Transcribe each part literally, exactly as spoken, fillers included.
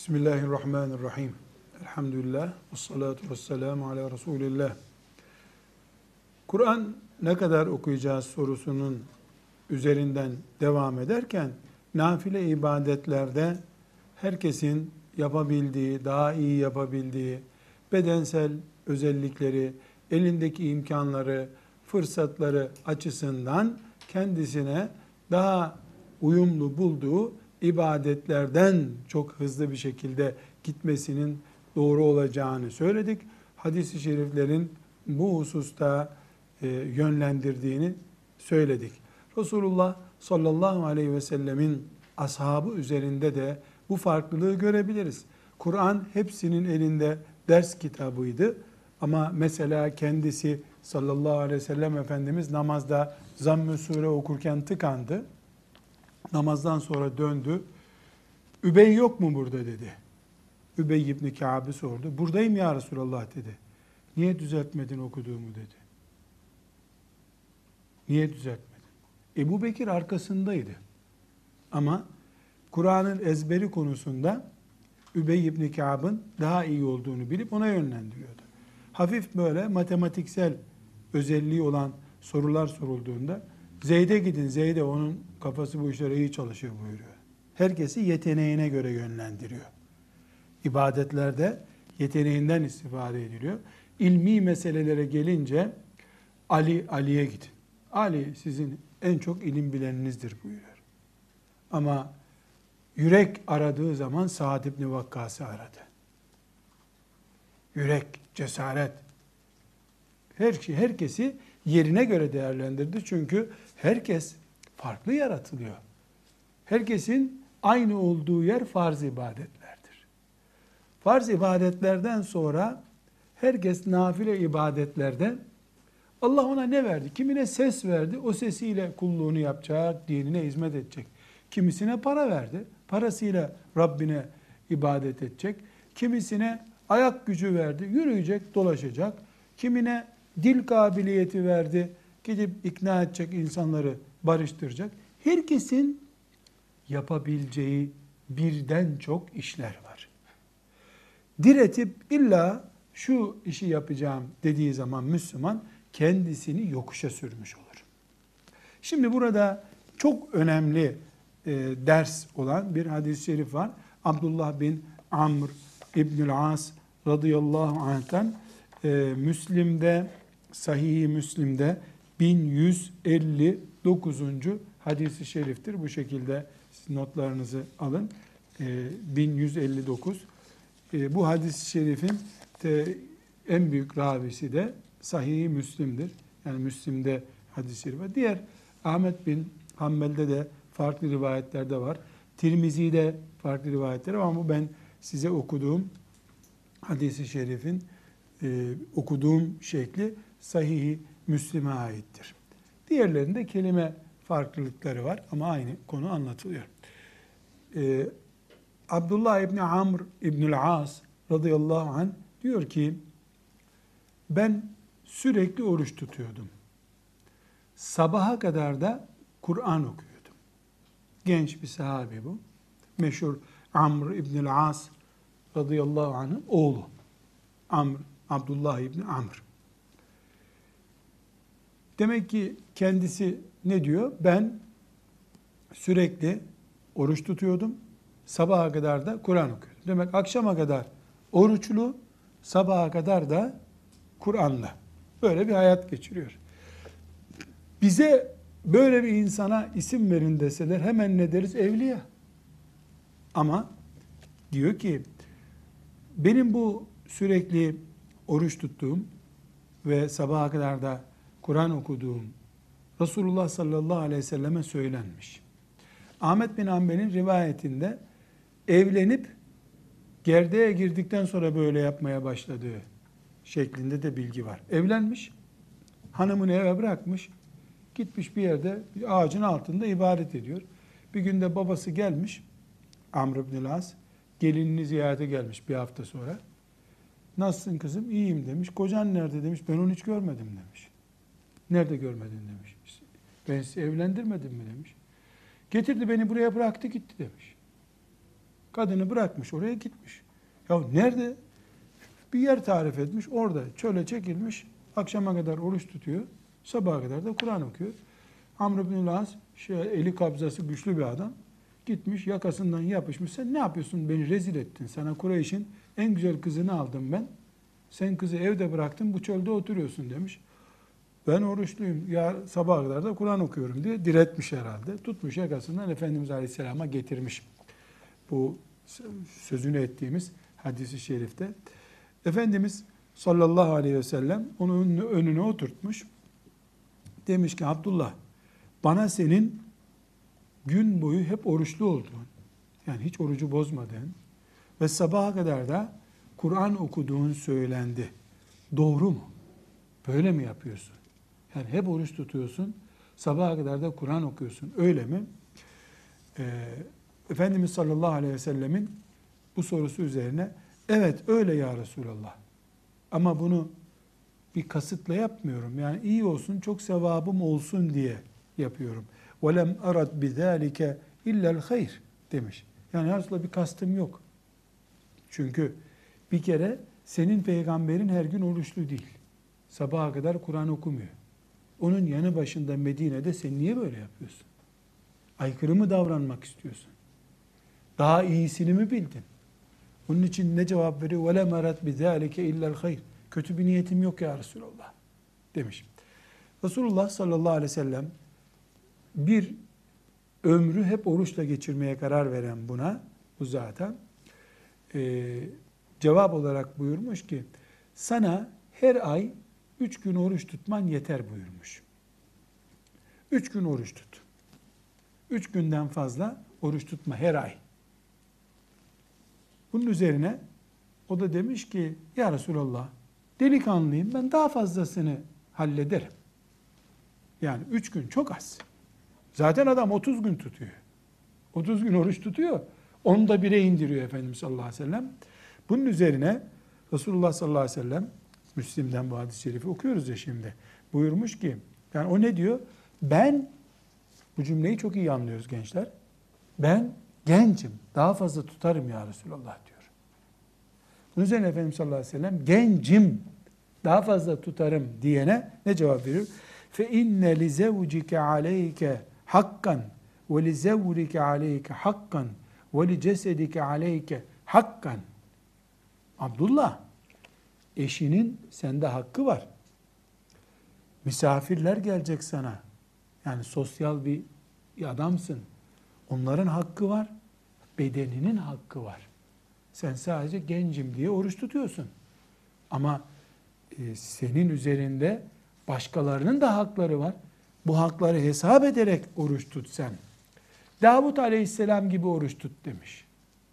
Bismillahirrahmanirrahim. Elhamdülillah. Ve salatu ve selamu ala Resulillah. Kur'an ne kadar okuyacağız sorusunun üzerinden devam ederken, nafile ibadetlerde herkesin yapabildiği, daha iyi yapabildiği, bedensel özellikleri, elindeki imkanları, fırsatları açısından kendisine daha uyumlu bulduğu ibadetlerden çok hızlı bir şekilde gitmesinin doğru olacağını söyledik. Hadis-i şeriflerin bu hususta e, yönlendirdiğini söyledik. Resulullah sallallahu aleyhi ve sellemin ashabı üzerinde de bu farklılığı görebiliriz. Kur'an hepsinin elinde ders kitabıydı. Ama mesela kendisi sallallahu aleyhi ve sellem Efendimiz namazda Zamm-ı Sure okurken tıkandı. Namazdan sonra döndü. Übey yok mu burada dedi. Übey İbni Kâb'ı sordu. Buradayım ya Resulallah dedi. Niye düzeltmedin okuduğumu dedi. Niye düzeltmedin? Ebu Bekir arkasındaydı. Ama Kur'an'ın ezberi konusunda Übey İbni Kâb'ın daha iyi olduğunu bilip ona yönlendiriyordu. Hafif böyle matematiksel özelliği olan sorular sorulduğunda Zeyd'e gidin, Zeyd'e onun kafası bu işlere iyi çalışıyor buyuruyor. Herkesi yeteneğine göre yönlendiriyor. İbadetlerde yeteneğinden istifade ediliyor. İlmi meselelere gelince Ali, Ali'ye gidin. Ali sizin en çok ilim bileninizdir buyuruyor. Ama yürek aradığı zaman Sa'd ibn Vakkas'ı aradı. Yürek, cesaret. Her şey, herkesi yerine göre değerlendirdi. Çünkü herkes farklı yaratılıyor. Herkesin aynı olduğu yer farz ibadetlerdir. Farz ibadetlerden sonra herkes nafile ibadetlerden Allah ona ne verdi? Kimine ses verdi, o sesiyle kulluğunu yapacak, dinine hizmet edecek. Kimisine para verdi, parasıyla Rabbine ibadet edecek. Kimisine ayak gücü verdi, yürüyecek, dolaşacak. Kimine dil kabiliyeti verdi, gidip ikna edecek, insanları barıştıracak. Herkesin yapabileceği birden çok işler var. Diretip illa şu işi yapacağım dediği zaman Müslüman kendisini yokuşa sürmüş olur. Şimdi burada çok önemli e, ders olan bir hadis-i şerif var. Abdullah bin Amr İbnül As radıyallahu anh'tan e, Müslim'de, Sahih-i Müslim'de bin yüz elli dokuzuncu hadis-i şeriftir. Bu şekilde notlarınızı alın. E, bin yüz elli dokuz. E, bu hadis-i şerifin de en büyük ravisi de Sahih-i Müslim'dir. Yani Müslim'de hadis-i şerif var. Diğer Ahmet bin Hanbel'de de farklı rivayetlerde var. Tirmizi'de farklı rivayetler var ama ben size okuduğum hadis-i şerifin e, okuduğum şekli Sahih-i Müslim'e aittir. Diğerlerinde kelime farklılıkları var ama aynı konu anlatılıyor. Ee, Abdullah İbni Amr İbnül As radıyallahu anh diyor ki ben sürekli oruç tutuyordum. Sabaha kadar da Kur'an okuyordum. Genç bir sahabe bu. Meşhur Amr İbnül As radıyallahu anh'ın oğlu. Amr, Abdullah İbni Amr. Demek ki kendisi ne diyor? Ben sürekli oruç tutuyordum. Sabaha kadar da Kur'an okuyordum. Demek akşama kadar oruçlu, sabaha kadar da Kur'an'la. Böyle bir hayat geçiriyor. Bize böyle bir insana isim verin deseler hemen ne deriz? Evliya. Ama diyor ki benim bu sürekli oruç tuttuğum ve sabaha kadar da Kur'an okuduğum Resulullah sallallahu aleyhi ve selleme söylenmiş. Ahmet bin Hanbel'in rivayetinde evlenip gerdeğe girdikten sonra böyle yapmaya başladığı şeklinde de bilgi var. Evlenmiş, hanımını eve bırakmış, gitmiş bir yerde bir ağacın altında ibadet ediyor. Bir günde babası gelmiş, Amr ibn As, gelinini ziyarete gelmiş bir hafta sonra. Nasılsın kızım? İyiyim demiş. Kocan nerede demiş. Ben onu hiç görmedim demiş. Nerede görmedin demiş. Ben sizi evlendirmedim mi demiş. Getirdi beni buraya bıraktı gitti demiş. Kadını bırakmış, oraya gitmiş. Ya nerede? Bir yer tarif etmiş, orada çöle çekilmiş, akşama kadar oruç tutuyor, sabaha kadar da Kur'an okuyor. Amr ibn As, şey, eli kabzası güçlü bir adam, gitmiş yakasından yapışmış. Sen ne yapıyorsun, beni rezil ettin. Sana Kureyş'in en güzel kızını aldım ben. Sen kızı evde bıraktın, bu çölde oturuyorsun demiş. Ben oruçluyum, ya sabaha kadar da Kur'an okuyorum diye diretmiş herhalde. Tutmuş yakasından Efendimiz Aleyhisselam'a getirmiş. Bu sözünü ettiğimiz hadis-i şerifte. Efendimiz sallallahu aleyhi ve sellem onun önüne oturtmuş. Demiş ki Abdullah, bana senin gün boyu hep oruçlu olduğun, yani hiç orucu bozmadığın ve sabaha kadar da Kur'an okuduğun söylendi. Doğru mu? Böyle mi yapıyorsun? Yani hep oruç tutuyorsun, sabaha kadar da Kur'an okuyorsun. Öyle mi? Ee, Efendimiz sallallahu aleyhi ve sellemin bu sorusu üzerine evet öyle ya Resulallah. Ama bunu bir kasıtla yapmıyorum. Yani iyi olsun, çok sevabım olsun diye yapıyorum. وَلَمْ أَرَدْ بِذَٰلِكَ اِلَّا الْخَيْرِ demiş. Yani aslında bir kastım yok. Çünkü bir kere senin peygamberin her gün oruçlu değil. Sabaha kadar Kur'an okumuyor. Onun yanı başında Medine'de sen niye böyle yapıyorsun? Aykırı mı davranmak istiyorsun? Daha iyisini mi bildin? Onun için ne cevap veriyor? وَلَمْ أَرَدْ بِذَٰلِكَ اِلَّا الْخَيْرِ Kötü bir niyetim yok ya Resulallah demiş. Resulullah sallallahu aleyhi ve sellem bir ömrü hep oruçla geçirmeye karar veren buna, bu zaten e, cevap olarak buyurmuş ki sana her ay üç gün oruç tutman yeter buyurmuş. Üç gün oruç tut. Üç günden fazla oruç tutma her ay. Bunun üzerine o da demiş ki ya Resulallah delikanlıyım, ben daha fazlasını hallederim. Yani üç gün çok az. Zaten adam otuz gün tutuyor. otuz gün oruç tutuyor. Onu da bire indiriyor Efendimiz sallallahu aleyhi ve sellem. Bunun üzerine Resulullah sallallahu aleyhi ve sellem, Müslim'den bu hadis-i şerifi okuyoruz ya şimdi, buyurmuş ki, yani o ne diyor? Ben, bu cümleyi çok iyi anlıyoruz gençler. Ben gencim, daha fazla tutarım ya Resulallah diyor. Bunun üzerine Efendimiz sallallahu aleyhi ve sellem gencim, daha fazla tutarım diyene ne cevap veriyor? فَاِنَّ لِزَوْجِكَ عَلَيْكَ حَقًّا وَلِزَوْرِكَ عَلَيْكَ حَقًّا وَلِجَسَدِكَ عَلَيْكَ حَقًّا Abdullah, eşinin sende hakkı var. Misafirler gelecek sana. Yani sosyal bir adamsın. Onların hakkı var. Bedeninin hakkı var. Sen sadece gencim diye oruç tutuyorsun. Ama e, senin üzerinde başkalarının da hakları var. Bu hakları hesap ederek oruç tut sen. Davut aleyhisselam gibi oruç tut demiş.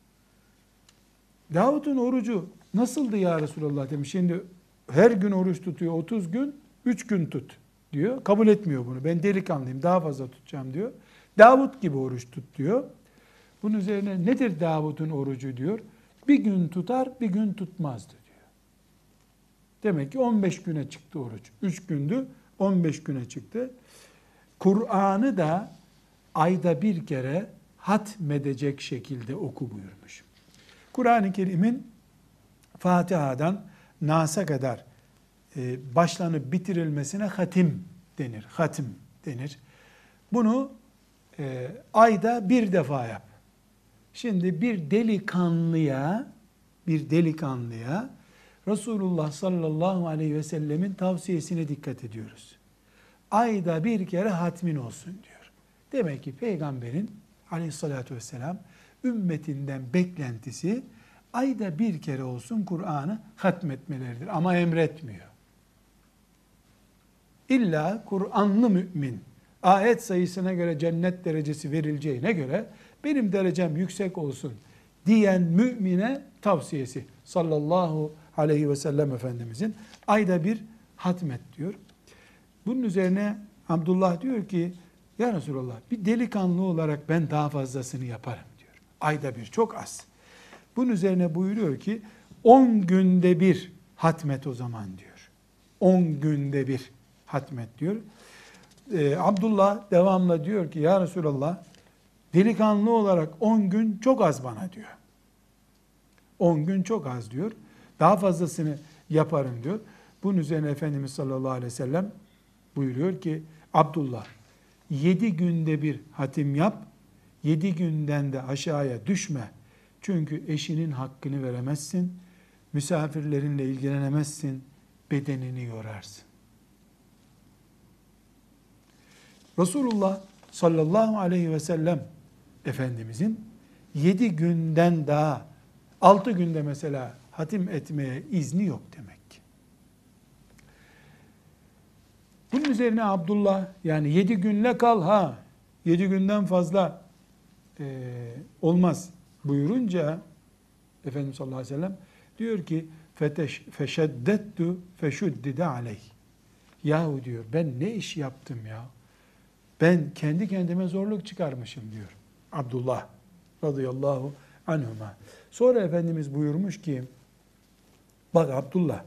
Davut'un orucu nasıldı ya Resulallah demiş. Şimdi her gün oruç tutuyor, otuz gün, üç gün tut diyor. Kabul etmiyor bunu. Ben delikanlıyım, daha fazla tutacağım diyor. Davut gibi oruç tut diyor. Bunun üzerine nedir Davut'un orucu diyor. Bir gün tutar, bir gün tutmazdı diyor. Demek ki on beş güne çıktı oruç. üç gündü, on beş güne çıktı. Kur'an'ı da ayda bir kere hatmedecek şekilde oku buyurmuş. Kur'an-ı Kerim'in Fatiha'dan Nas'a kadar e, başlanıp bitirilmesine hatim denir. Hatim denir. Bunu e, ayda bir defa yap. Şimdi bir delikanlıya, bir delikanlıya Resulullah sallallahu aleyhi ve sellemin tavsiyesine dikkat ediyoruz. Ayda bir kere hatmin olsun diyor. Demek ki Peygamberin aleyhissalatü vesselam ümmetinden beklentisi ayda bir kere olsun Kur'an'ı hatmetmeleridir. Ama emretmiyor. İlla Kur'anlı mümin, ayet sayısına göre cennet derecesi verileceğine göre benim derecem yüksek olsun diyen mümine tavsiyesi sallallahu aleyhi ve sellem Efendimizin ayda bir hatmet diyor. Bunun üzerine Abdullah diyor ki ya Resulallah bir delikanlı olarak ben daha fazlasını yaparım diyor. Ayda bir çok az. Bunun üzerine buyuruyor ki on günde bir hatmet o zaman diyor. on günde bir hatmet diyor. Ee, Abdullah devamla diyor ki ya Resulallah delikanlı olarak on gün çok az bana diyor. on gün çok az diyor. Daha fazlasını yaparım diyor. Bunun üzerine Efendimiz sallallahu aleyhi ve sellem buyuruyor ki Abdullah yedi günde bir hatim yap, yedi günden de aşağıya düşme. Çünkü eşinin hakkını veremezsin, misafirlerinle ilgilenemezsin, bedenini yorarsın. Resulullah sallallahu aleyhi ve sellem Efendimizin yedi günden daha altı günde mesela hatim etmeye izni yok demek ki. Bunun üzerine Abdullah yani yedi günle kal ha, yedi günden fazla e, olmaz buyurunca Efendimiz sallallahu aleyhi ve sellem diyor ki feşeddettu feşuddide aleyh. Yahu diyor ben ne iş yaptım ya? Ben kendi kendime zorluk çıkarmışım diyor Abdullah radıyallahu anhuma. Sonra Efendimiz buyurmuş ki bak Abdullah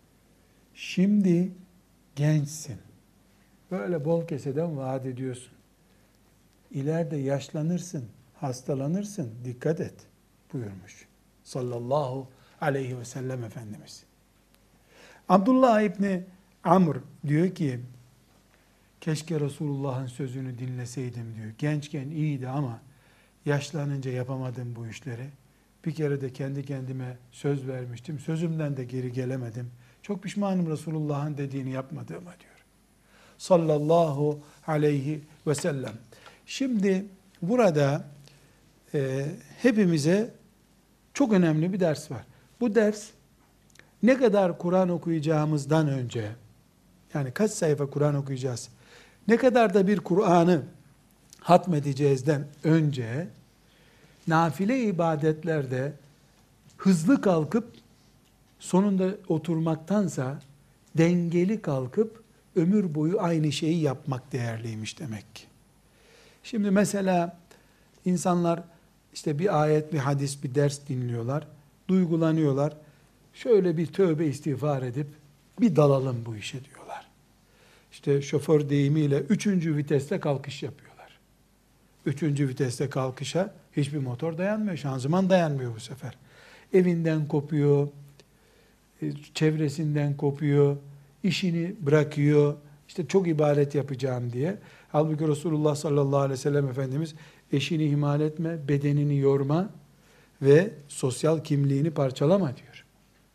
şimdi gençsin. Böyle bol keseden vaat ediyorsun. İleride yaşlanırsın, hastalanırsın. Dikkat et buyurmuş. Sallallahu aleyhi ve sellem Efendimiz. Abdullah İbni Amr diyor ki keşke Resulullah'ın sözünü dinleseydim diyor. Gençken iyiydi ama yaşlanınca yapamadım bu işleri. Bir kere de kendi kendime söz vermiştim. Sözümden de geri gelemedim. Çok pişmanım Resulullah'ın dediğini yapmadığıma diyor. Sallallahu aleyhi ve sellem. Şimdi burada e, hepimize çok önemli bir ders var. Bu ders ne kadar Kur'an okuyacağımızdan önce, yani kaç sayfa Kur'an okuyacağız, ne kadar da bir Kur'an'ı hatmedeceğizden önce, nafile ibadetlerde hızlı kalkıp sonunda oturmaktansa dengeli kalkıp ömür boyu aynı şeyi yapmak değerliymiş demek ki. Şimdi mesela insanlar işte bir ayet, bir hadis, bir ders dinliyorlar, duygulanıyorlar. Şöyle bir tövbe istiğfar edip bir dalalım bu işe diyorlar. İşte şoför deyimiyle üçüncü viteste kalkış yapıyorlar. Üçüncü viteste kalkışa hiçbir motor dayanmıyor, şanzıman dayanmıyor bu sefer. Evinden kopuyor, çevresinden kopuyor, işini bırakıyor, işte çok ibadet yapacağım diye. Halbuki Resulullah sallallahu aleyhi ve sellem Efendimiz eşini ihmal etme, bedenini yorma ve sosyal kimliğini parçalama diyor.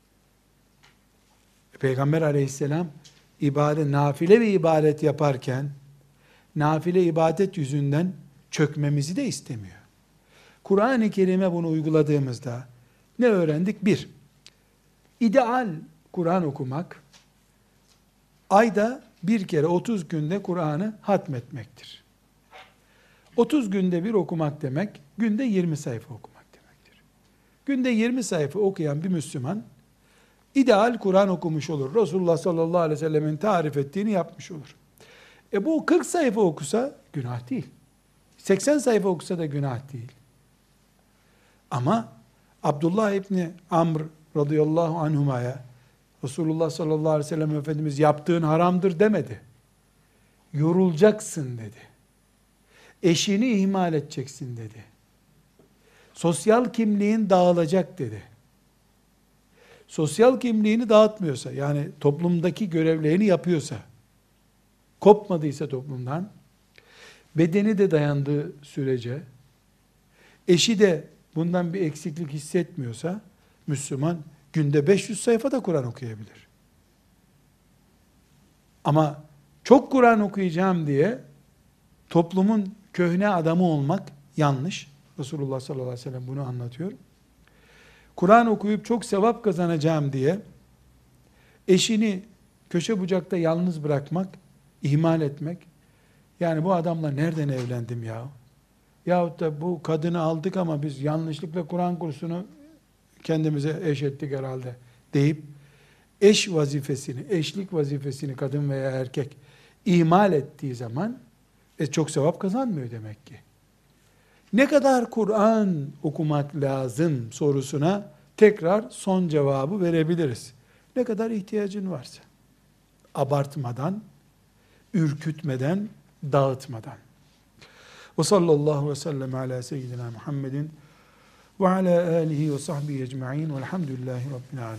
Peygamber aleyhisselam ibadet, nafile bir ibadet yaparken nafile ibadet yüzünden çökmemizi de istemiyor. Kur'an-ı Kerim'e bunu uyguladığımızda ne öğrendik? Bir, ideal Kur'an okumak, ayda bir kere otuz günde Kur'an'ı hatmetmektir. otuz günde bir okumak demek, günde yirmi sayfa okumak demektir. Günde yirmi sayfa okuyan bir Müslüman, ideal Kur'an okumuş olur. Resulullah sallallahu aleyhi ve sellemin tarif ettiğini yapmış olur. E bu kırk sayfa okusa günah değil. seksen sayfa okusa da günah değil. Ama Abdullah İbni Amr radıyallahu anhuma'ya Resulullah sallallahu aleyhi ve sellem Efendimiz yaptığın haramdır demedi. Yorulacaksın dedi. Eşini ihmal edeceksin dedi. Sosyal kimliğin dağılacak dedi. Sosyal kimliğini dağıtmıyorsa, yani toplumdaki görevlerini yapıyorsa, kopmadıysa toplumdan, bedeni de dayandığı sürece, eşi de bundan bir eksiklik hissetmiyorsa, Müslüman günde beş yüz sayfa da Kur'an okuyabilir. Ama çok Kur'an okuyacağım diye toplumun köhne adamı olmak yanlış. Resulullah sallallahu aleyhi ve sellem bunu anlatıyor. Kur'an okuyup çok sevap kazanacağım diye eşini köşe bucakta yalnız bırakmak, ihmal etmek. Yani bu adamla nereden evlendim ya? Yahut da bu kadını aldık ama biz yanlışlıkla Kur'an kursunu kendimize eş ettik herhalde deyip eş vazifesini, eşlik vazifesini kadın veya erkek ihmal ettiği zaman e, çok sevap kazanmıyor demek ki. Ne kadar Kur'an okumak lazım sorusuna tekrar son cevabı verebiliriz. Ne kadar ihtiyacın varsa. Abartmadan, ürkütmeden, dağıtmadan. Ve sallallahu ve sellem ala seyyidina Muhammedin ve ala alihi ve sahbihi ecma'in velhamdülillahi rabbil alemin.